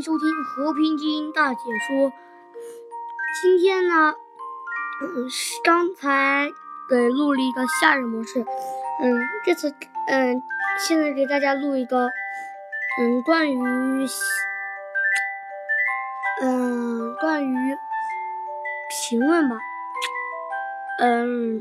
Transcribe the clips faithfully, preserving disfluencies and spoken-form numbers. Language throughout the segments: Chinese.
迎收听和平精英大解说。今天呢，嗯，刚才给录了一个夏日模式，嗯，这次嗯，现在给大家录一个，嗯，关于，嗯，关于评论吧，嗯，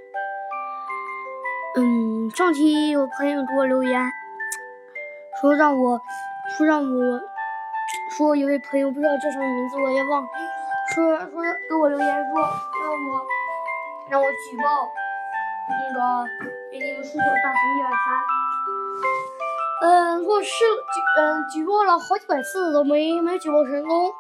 嗯，上期有朋友给我留言，说让我，说让我。说有位朋友不知道叫什么名字，我也忘了。说说给我留言说让我让我举报那个给你们说说大神一二三。嗯，说是嗯举报了好几百次都没没举报成功，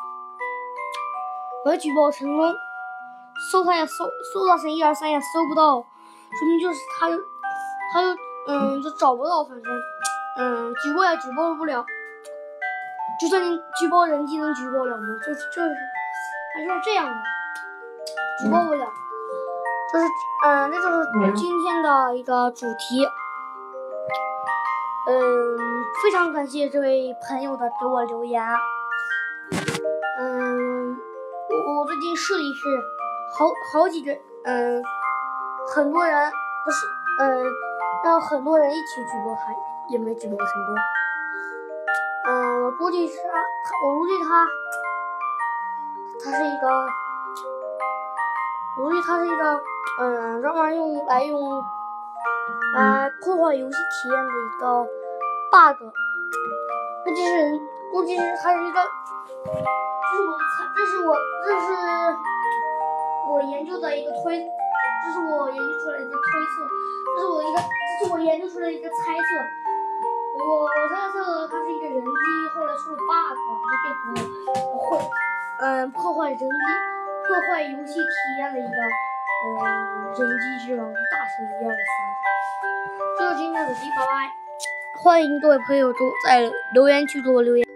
没举报成功，搜他也搜搜大神一二三也搜不到，说明就是他就他就嗯就找不到，反正嗯举报也举报不了。就算你举报人机能举报了吗？就是就是还就是这样的，举报不了。就是嗯，这就是今天的一个主题。嗯，非常感谢这位朋友的给我留言。嗯，我我最近试了一试，好好几个嗯，很多人不是嗯，让很多人一起举报他，也没举报成功。嗯，我估计是他，我估计他。它是一个，我估计它是一个，嗯，专门用来用来破坏游戏体验的一个 bug。估计是，估计是它是一个，这是我猜，这是我，这是我研究的一个推，这是我研究出来的一个推测，这是我一个，这是我研究出来的一个猜测。我我猜测它是一个人机，后来出了 bug， 就变成会，嗯，破坏人机。破坏游戏体验的一个，嗯，人机之王大神一二三。这就是今天的主题，拜拜。欢迎各位朋友都在留言区给我留言。